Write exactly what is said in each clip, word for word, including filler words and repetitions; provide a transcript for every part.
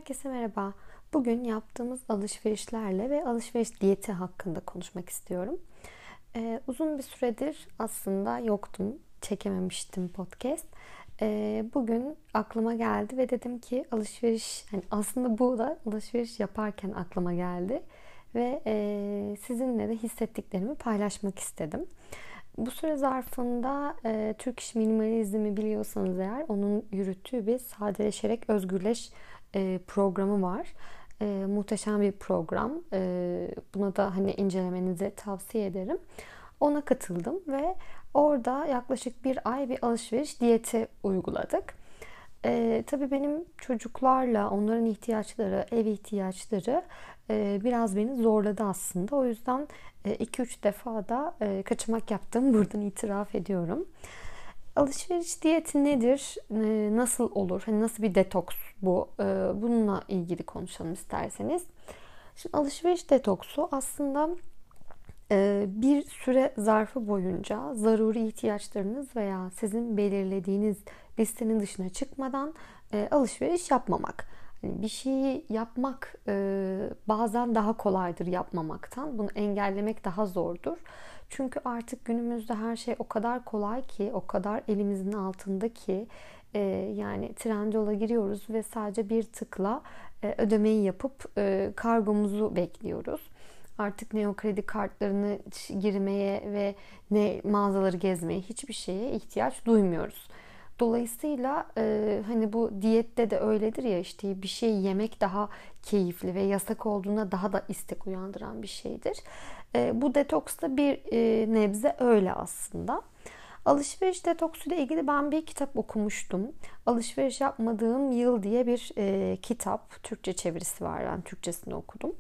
Herkese merhaba. Bugün yaptığımız alışverişlerle ve alışveriş diyeti hakkında konuşmak istiyorum. Ee, uzun bir süredir aslında yoktum, çekememiştim podcast. Ee, bugün aklıma geldi ve dedim ki alışveriş, hani aslında bu da alışveriş yaparken aklıma geldi ve e, sizinle de hissettiklerimi paylaşmak istedim. Bu süre zarfında e, Türk İş Minimalizmi biliyorsanız eğer onun yürüttüğü bir sadeleşerek özgürleş e, programı var. E, muhteşem bir program. E, buna da hani incelemenizi tavsiye ederim. Ona katıldım ve orada yaklaşık bir ay bir alışveriş diyeti uyguladık. E, tabii benim çocuklarla onların ihtiyaçları, ev ihtiyaçları e, biraz beni zorladı aslında. O yüzden iki üç defa da e, kaçamak yaptım. Buradan itiraf ediyorum. Alışveriş diyeti nedir? E, nasıl olur? Hani nasıl bir detoks bu? E, bununla ilgili konuşalım isterseniz. Şimdi alışveriş detoksu aslında e, bir süre zarfı boyunca zaruri ihtiyaçlarınız veya sizin belirlediğiniz listenin dışına çıkmadan e, alışveriş yapmamak. Hani bir şeyi yapmak e, bazen daha kolaydır yapmamaktan. Bunu engellemek daha zordur. Çünkü artık günümüzde her şey o kadar kolay ki, o kadar elimizin altında ki e, yani Trendyol'a giriyoruz ve sadece bir tıkla e, ödemeyi yapıp e, kargomuzu bekliyoruz. Artık ne o kredi kartlarını girmeye ve ne mağazaları gezmeye, hiçbir şeye ihtiyaç duymuyoruz. Dolayısıyla e, hani bu diyette de öyledir ya, işte bir şey yemek daha keyifli ve yasak olduğunda daha da istek uyandıran bir şeydir. E, bu detoks da bir e, nebze öyle aslında. Alışveriş detoksu ile ilgili ben bir kitap okumuştum. Alışveriş yapmadığım yıl diye bir e, kitap. Türkçe çevirisi var. Ben Türkçesini okudum.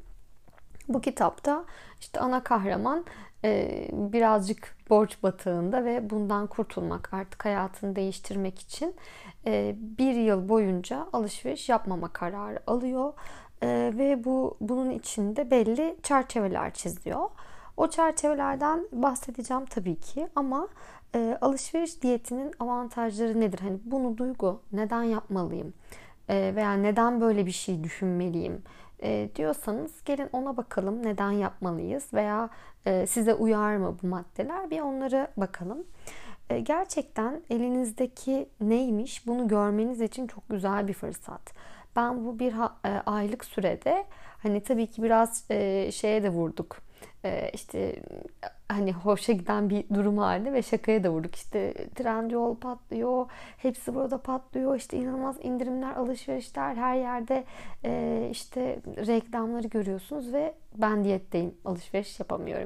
Bu kitapta işte ana kahraman e, birazcık borç batağında ve bundan kurtulmak, artık hayatını değiştirmek için e, bir yıl boyunca alışveriş yapmama kararı alıyor. E, ve bu bunun içinde belli çerçeveler çiziyor. O çerçevelerden bahsedeceğim tabii ki, ama e, alışveriş diyetinin avantajları nedir? Hani bunu Duygu neden yapmalıyım? E, veya neden böyle bir şey düşünmeliyim e, diyorsanız gelin ona bakalım, neden yapmalıyız veya e, size uyar mı bu maddeler, bir onlara bakalım. E, gerçekten elinizdeki neymiş bunu görmeniz için çok güzel bir fırsat. Ben bu bir ha, e, aylık sürede hani tabii ki biraz e, şeye de vurduk. E, işte hani hoşa giden bir durum halinde ve şakaya da vurduk. İşte Trendyol patlıyor, hepsi burada patlıyor. İşte inanılmaz indirimler, alışverişler her yerde, e, işte reklamları görüyorsunuz ve ben diyetteyim, alışveriş yapamıyorum.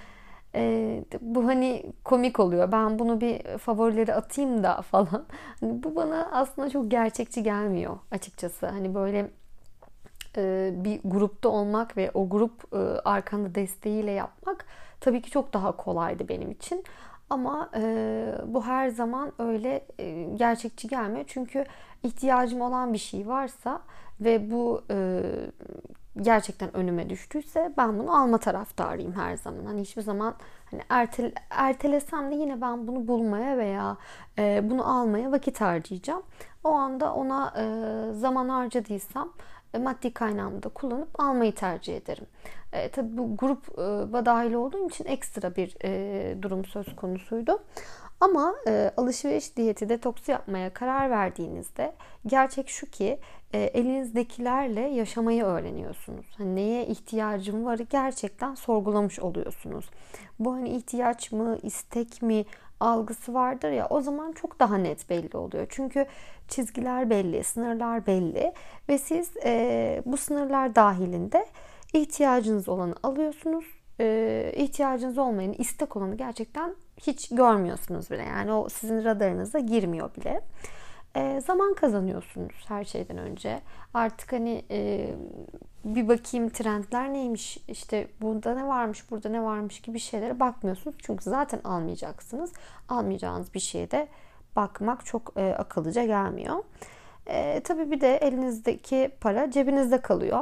E, bu hani komik oluyor. Ben bunu bir favorileri atayım da falan. Hani bu bana aslında çok gerçekçi gelmiyor açıkçası. Hani böyle e, bir grupta olmak ve o grup e, arkanda desteğiyle yapmak tabii ki çok daha kolaydı benim için. Ama e, bu her zaman öyle e, gerçekçi gelmiyor. Çünkü ihtiyacım olan bir şey varsa ve bu e, gerçekten önüme düştüyse ben bunu alma taraftarıyım her zaman. Hani hiçbir zaman hani ertele, ertelesem de yine ben bunu bulmaya veya e, bunu almaya vakit harcayacağım. O anda ona e, zaman harcadıysam maddi kaynağımı da kullanıp almayı tercih ederim. E, tabii bu gruba dahil olduğum için ekstra bir e, durum söz konusuydu. Ama e, alışveriş diyeti detoksu yapmaya karar verdiğinizde gerçek şu ki e, elinizdekilerle yaşamayı öğreniyorsunuz. Hani neye ihtiyacım varı gerçekten sorgulamış oluyorsunuz. Bu hani ihtiyaç mı, istek mi algısı vardır ya, o zaman çok daha net belli oluyor. Çünkü çizgiler belli, sınırlar belli ve siz e, bu sınırlar dahilinde ihtiyacınız olanı alıyorsunuz. E, ihtiyacınız olmayan, istek olanı gerçekten hiç görmüyorsunuz bile. Yani o sizin radarınıza girmiyor bile. E, zaman kazanıyorsunuz her şeyden önce. Artık hani e, bir bakayım trendler neymiş, işte burada ne varmış, burada ne varmış gibi şeylere bakmıyorsunuz. Çünkü zaten almayacaksınız. Almayacağınız bir şeye de bakmak çok e, akıllıca gelmiyor. E, tabii bir de elinizdeki para cebinizde kalıyor.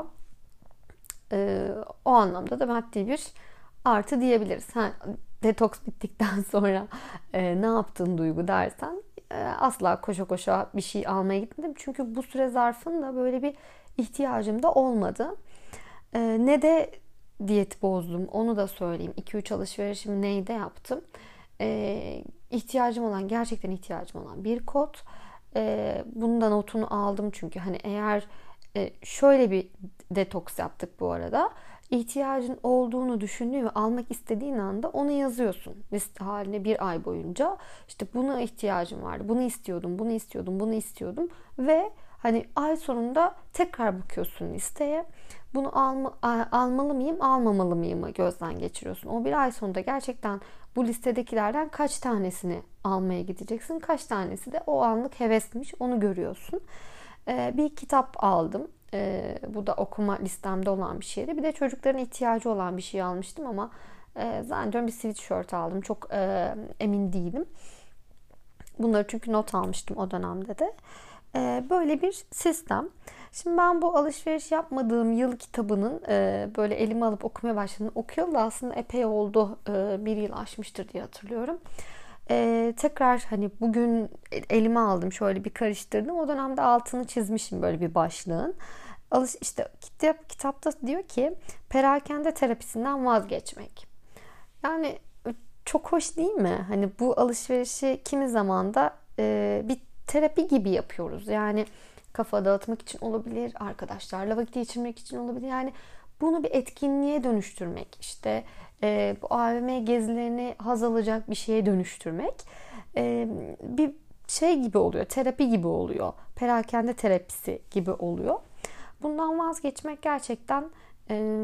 E, o anlamda da maddi bir artı diyebiliriz. Ha, detoks bittikten sonra e, ne yaptın Duygu dersen, e, asla koşa koşa bir şey almaya gitmedim. Çünkü bu süre zarfında böyle bir ihtiyacım da olmadı. E, ne de diyet bozdum, onu da söyleyeyim. iki üç alışverişimi neyde yaptım? E, ihtiyacım olan, gerçekten ihtiyacım olan bir kot. E, bundan notunu aldım çünkü hani eğer e, şöyle bir detoks yaptık bu arada. İhtiyacın olduğunu düşündüğün ve almak istediğin anda onu yazıyorsun liste haline bir ay boyunca. İşte buna ihtiyacım vardı, bunu istiyordum, bunu istiyordum, bunu istiyordum ve hani ay sonunda tekrar bakıyorsun listeye. Bunu alma, almalı mıyım, almamalı mıyım gözden geçiriyorsun. O bir ay sonunda gerçekten bu listedekilerden kaç tanesini almaya gideceksin, kaç tanesi de o anlık hevesmiş, onu görüyorsun. Ee, bir kitap aldım. Ee, bu da okuma listemde olan bir şeydi. Bir de çocukların ihtiyacı olan bir şey almıştım ama e, zannediyorum bir sweatshirt aldım. Çok e, emin değilim. Bunları çünkü not almıştım o dönemde de. E, böyle bir sistem. Şimdi ben bu alışveriş yapmadığım yıl kitabının e, böyle elime alıp okumaya başladım. Okuyalı da aslında epey oldu. E, bir yıl aşmıştır diye hatırlıyorum. Ee, tekrar hani bugün elime aldım, şöyle bir karıştırdım. O dönemde altını çizmişim böyle bir başlığın. Alış işte kitap kitapta diyor ki perakende terapisinden vazgeçmek. Yani çok hoş değil mi? Hani bu alışverişi kimi zaman da e, bir terapi gibi yapıyoruz. Yani kafa dağıtmak için olabilir, arkadaşlarla vakit geçirmek için olabilir. Yani bunu bir etkinliğe dönüştürmek, işte e, bu A V M gezilerini haz alacak bir şeye dönüştürmek e, bir şey gibi oluyor, terapi gibi oluyor, perakende terapisi gibi oluyor. Bundan vazgeçmek gerçekten e,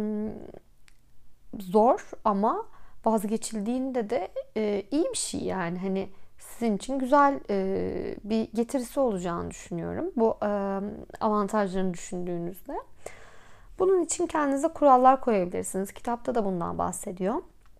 zor ama vazgeçildiğinde de e, iyi bir şey yani hani sizin için güzel e, bir getirisi olacağını düşünüyorum bu e, avantajlarını düşündüğünüzde. Bunun için kendinize kurallar koyabilirsiniz. Kitapta da bundan bahsediyor.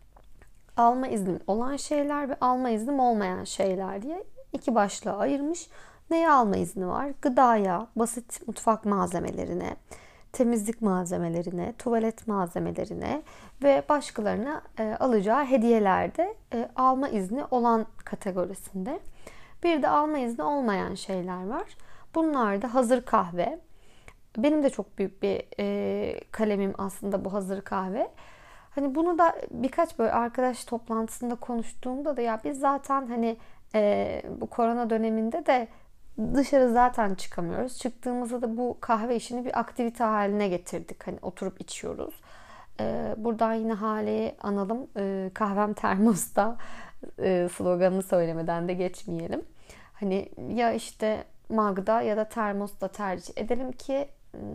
Alma iznim olan şeyler ve alma iznim olmayan şeyler diye iki başlığa ayırmış. Neye alma izni var? Gıdaya, basit mutfak malzemelerine, temizlik malzemelerine, tuvalet malzemelerine ve başkalarına e, alacağı hediyelerde e, alma izni olan kategorisinde. Bir de alma izni olmayan şeyler var. Bunlar da hazır kahve. Benim de çok büyük bir e, kalemim aslında bu hazır kahve. Hani bunu da birkaç böyle arkadaş toplantısında konuştuğumda da ya biz zaten hani e, bu korona döneminde de dışarı zaten çıkamıyoruz. Çıktığımızda da bu kahve işini bir aktivite haline getirdik. Hani oturup içiyoruz. E, buradan yine Hale'yi analım. E, kahvem termosta e, sloganını söylemeden de geçmeyelim. Hani ya işte magda ya da termosta tercih edelim ki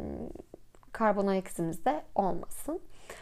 karbon ayak izimiz de olmasın.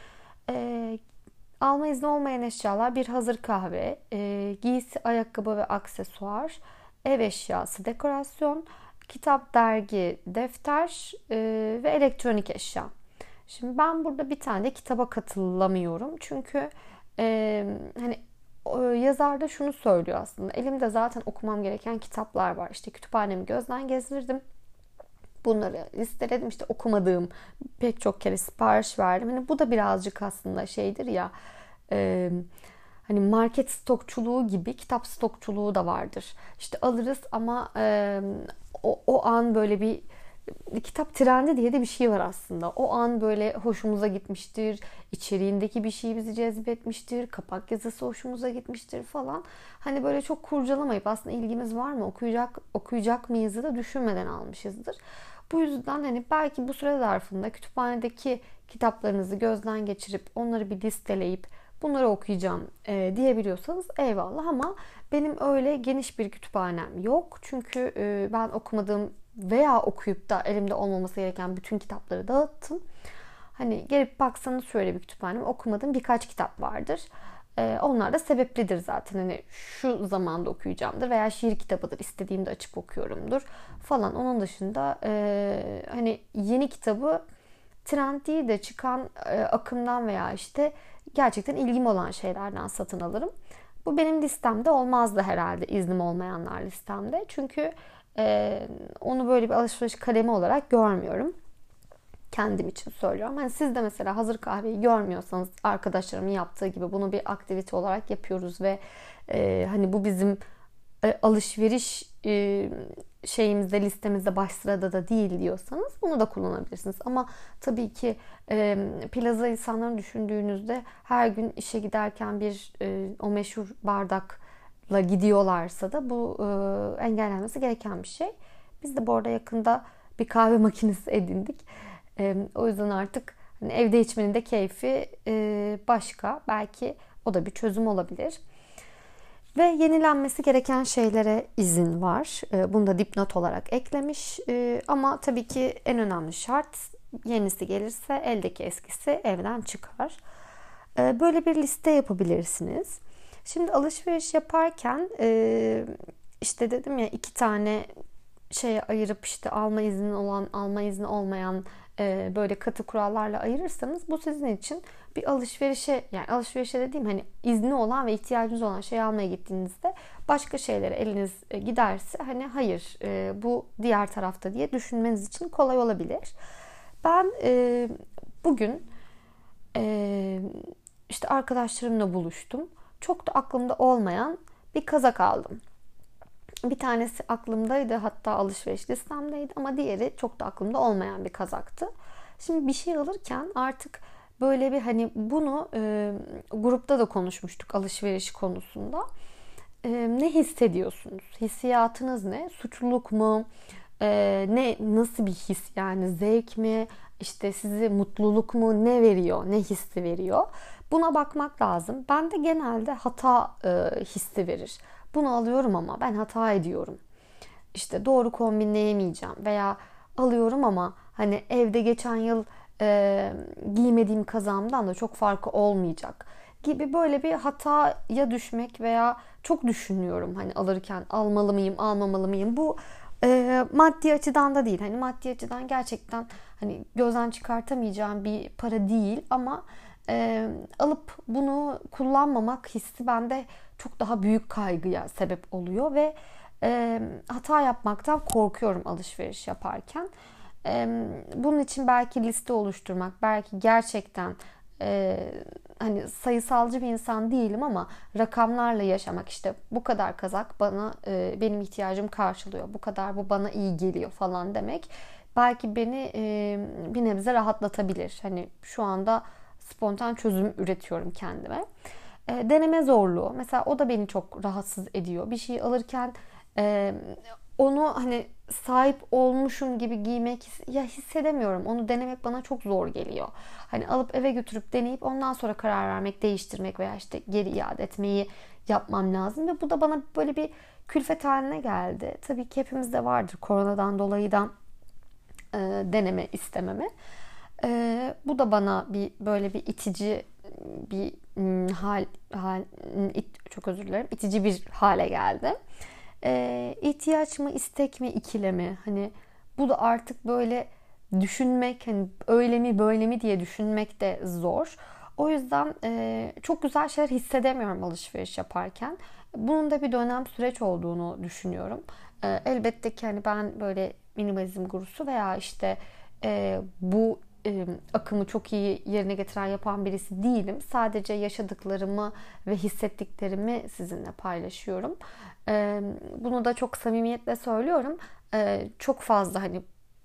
E, alma izni olmayan eşyalar bir hazır kahve, e, giysi, ayakkabı ve aksesuar, ev eşyası, dekorasyon, kitap, dergi, defter e, ve elektronik eşya. Şimdi ben burada bir tane de kitaba katılamıyorum. Çünkü e, hani yazar da şunu söylüyor aslında. Elimde zaten okumam gereken kitaplar var. İşte kütüphanemi gözden gezdirdim. Bunları listeledim. İşte okumadığım pek çok kere sipariş verdim. Hani bu da birazcık aslında şeydir ya, e, hani market stokçuluğu gibi kitap stokçuluğu da vardır. İşte alırız ama e, o, o an böyle bir kitap trendi diye de bir şey var aslında. O an böyle hoşumuza gitmiştir. İçeriğindeki bir şey bizi cezbetmiştir. Kapak yazısı hoşumuza gitmiştir falan. Hani böyle çok kurcalamayıp aslında ilgimiz var mı, okuyacak okuyacak mıyızı da düşünmeden almışızdır. Bu yüzden hani belki bu süre zarfında kütüphanedeki kitaplarınızı gözden geçirip onları bir listeleyip bunları okuyacağım e, diyebiliyorsanız eyvallah, ama benim öyle geniş bir kütüphanem yok. Çünkü e, ben okumadığım veya okuyup da elimde olmaması gereken bütün kitapları dağıttım. Hani gelip baksanız şöyle bir kütüphanem, okumadığım birkaç kitap vardır. Ee, onlar da sebeplidir zaten. Hani şu zamanda okuyacağımdır veya şiir kitabıdır, istediğimde açıp okuyorumdur falan. Onun dışında e, hani yeni kitabı trend değil de çıkan e, akımdan veya işte gerçekten ilgim olan şeylerden satın alırım. Bu benim listemde olmazdı herhalde, iznim olmayanlar listemde. Çünkü Ee, onu böyle bir alışveriş kalemi olarak görmüyorum. Kendim için söylüyorum. Hani siz de mesela hazır kahveyi görmüyorsanız, arkadaşlarımın yaptığı gibi bunu bir aktivite olarak yapıyoruz ve e, hani bu bizim e, alışveriş e, şeyimizde, listemizde baş sırada da değil diyorsanız bunu da kullanabilirsiniz. Ama tabii ki e, plaza insanların düşündüğünüzde her gün işe giderken bir e, o meşhur bardakla gidiyorlarsa da bu e, engellenmesi gereken bir şey. Biz de bu arada yakında bir kahve makinesi edindik. E, o yüzden artık hani evde içmenin de keyfi e, başka. Belki o da bir çözüm olabilir. Ve yenilenmesi gereken şeylere izin var. Bunu da dipnot olarak eklemiş. Ama tabii ki en önemli şart, yenisi gelirse eldeki eskisi evden çıkar. Böyle bir liste yapabilirsiniz. Şimdi alışveriş yaparken işte dedim ya, iki tane şeye ayırıp işte alma izni olan, alma izni olmayan böyle katı kurallarla ayırırsanız bu sizin için bir alışverişe, yani alışverişe dediğim hani izni olan ve ihtiyacınız olan şeyi almaya gittiğinizde başka şeylere eliniz giderse hani hayır bu diğer tarafta diye düşünmeniz için kolay olabilir. Ben bugün işte arkadaşlarımla buluştum. Çok da aklımda olmayan bir kazak aldım. Bir tanesi aklımdaydı, hatta alışveriş listemdeydi, ama diğeri çok da aklımda olmayan bir kazaktı. Şimdi bir şey alırken artık böyle bir hani bunu e, grupta da konuşmuştuk alışveriş konusunda. E, ne hissediyorsunuz? Hissiyatınız ne? Suçluluk mu? E, ne nasıl bir his, yani zevk mi? İşte sizi mutluluk mu? Ne veriyor? Ne hissi veriyor? Buna bakmak lazım. Ben de genelde hata e, hissi verir. Bunu alıyorum ama ben hata ediyorum. İşte doğru kombinleyemeyeceğim veya alıyorum ama hani evde geçen yıl e, giymediğim kazağımdan da çok farkı olmayacak gibi böyle bir hataya düşmek veya çok düşünüyorum hani alırken almalı mıyım, almamalı mıyım? Bu e, maddi açıdan da değil. Hani maddi açıdan gerçekten hani gözden çıkartamayacağım bir para değil ama e, alıp bunu kullanmamak hissi bende çok daha büyük kaygıya sebep oluyor ve e, hata yapmaktan korkuyorum alışveriş yaparken. E, bunun için belki liste oluşturmak, belki gerçekten e, hani sayısalcı bir insan değilim ama rakamlarla yaşamak, işte bu kadar kazak bana e, benim ihtiyacım karşılıyor, bu kadar bu bana iyi geliyor falan demek belki beni e, bir nebze rahatlatabilir. Hani şu anda spontan çözüm üretiyorum kendime. E, deneme zorluğu. Mesela o da beni çok rahatsız ediyor. Bir şey alırken e, onu hani sahip olmuşum gibi giymek ya hissedemiyorum. Onu denemek bana çok zor geliyor. Hani alıp eve götürüp deneyip ondan sonra karar vermek, değiştirmek veya işte geri iade etmeyi yapmam lazım. Ve bu da bana böyle bir külfet haline geldi. Tabii ki hepimizde vardır koronadan dolayı da e, deneme istememe. E, bu da bana bir böyle bir itici bir hal, hal it, çok özür dilerim, itici bir hale geldi. E, ihtiyaç mı, istek mi, ikilemi, hani bu da artık böyle düşünmek, hani öyle mi böyle mi diye düşünmek de zor. O yüzden e, çok güzel şeyler hissedemiyorum alışveriş yaparken. Bunun da bir dönem süreç olduğunu düşünüyorum. E, elbette ki hani ben böyle minimalizm gurusu veya işte e, bu e, akımı çok iyi yerine getiren yapan birisi değilim. Sadece yaşadıklarımı ve hissettiklerimi sizinle paylaşıyorum. E, bunu da çok samimiyetle söylüyorum. E, çok fazla hani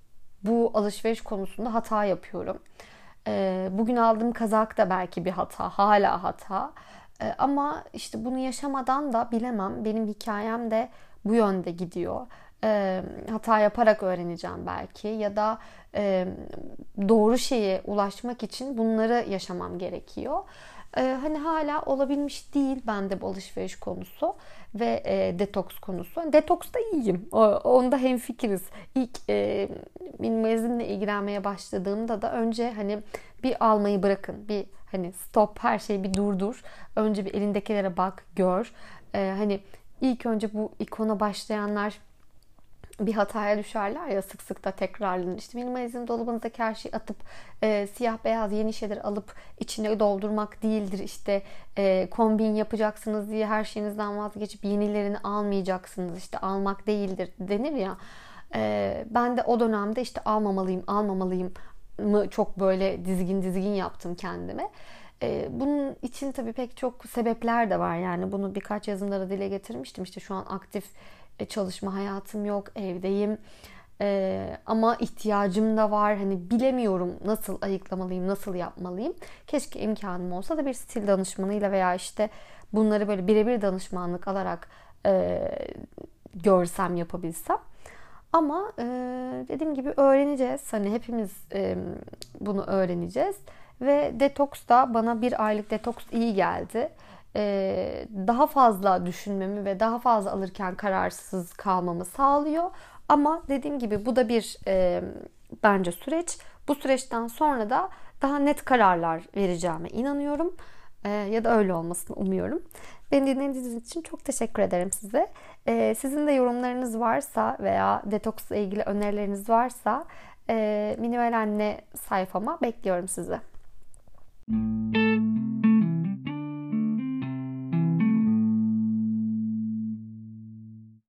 bu alışveriş konusunda hata yapıyorum. E, bugün aldığım kazak da belki bir hata, hala hata. E, ama işte bunu yaşamadan da bilemem. Benim hikayem de bu yönde gidiyor. E, hata yaparak öğreneceğim belki ya da e, doğru şeye ulaşmak için bunları yaşamam gerekiyor. E, hani hala olabilmiş değil bende bu alışveriş konusu ve e, detoks konusu. Detoksta iyiyim. O, onda hemfikiriz. İlk e, minimalizmle ilgilenmeye başladığımda da önce hani bir almayı bırakın, bir hani stop, her şeyi bir durdur. Önce bir elindekilere bak, gör. E, hani ilk önce bu ikona başlayanlar bir hataya düşerler ya, sık sık da tekrarlanır. İşte minimalizm dolabınızdaki her şeyi atıp e, siyah beyaz yeni şeyler alıp içine doldurmak değildir. İşte e, kombin yapacaksınız diye her şeyinizden vazgeçip yenilerini almayacaksınız. İşte almak değildir denir ya. E, ben de o dönemde işte almamalıyım, almamalıyım mı çok böyle dizgin dizgin yaptım kendime. E, bunun için tabii pek çok sebepler de var. Yani bunu birkaç yazımda da dile getirmiştim. İşte şu an aktif çalışma hayatım yok, evdeyim. Ee, ama ihtiyacım da var. Hani bilemiyorum nasıl ayıklamalıyım, nasıl yapmalıyım. Keşke imkanım olsa da bir stil danışmanıyla veya işte bunları böyle birebir danışmanlık alarak e, görsem, yapabilsem. Ama e, dediğim gibi öğreneceğiz. Hani hepimiz e, bunu öğreneceğiz. Ve detoks da bana bir aylık detoks iyi geldi. E, daha fazla düşünmemi ve daha fazla alırken kararsız kalmamı sağlıyor. Ama dediğim gibi bu da bir e, bence süreç. Bu süreçten sonra da daha net kararlar vereceğime inanıyorum. E, ya da öyle olmasını umuyorum. Beni dinlediğiniz için çok teşekkür ederim size. E, sizin de yorumlarınız varsa veya detoksla ilgili önerileriniz varsa e, Minimal Anne sayfama bekliyorum sizi.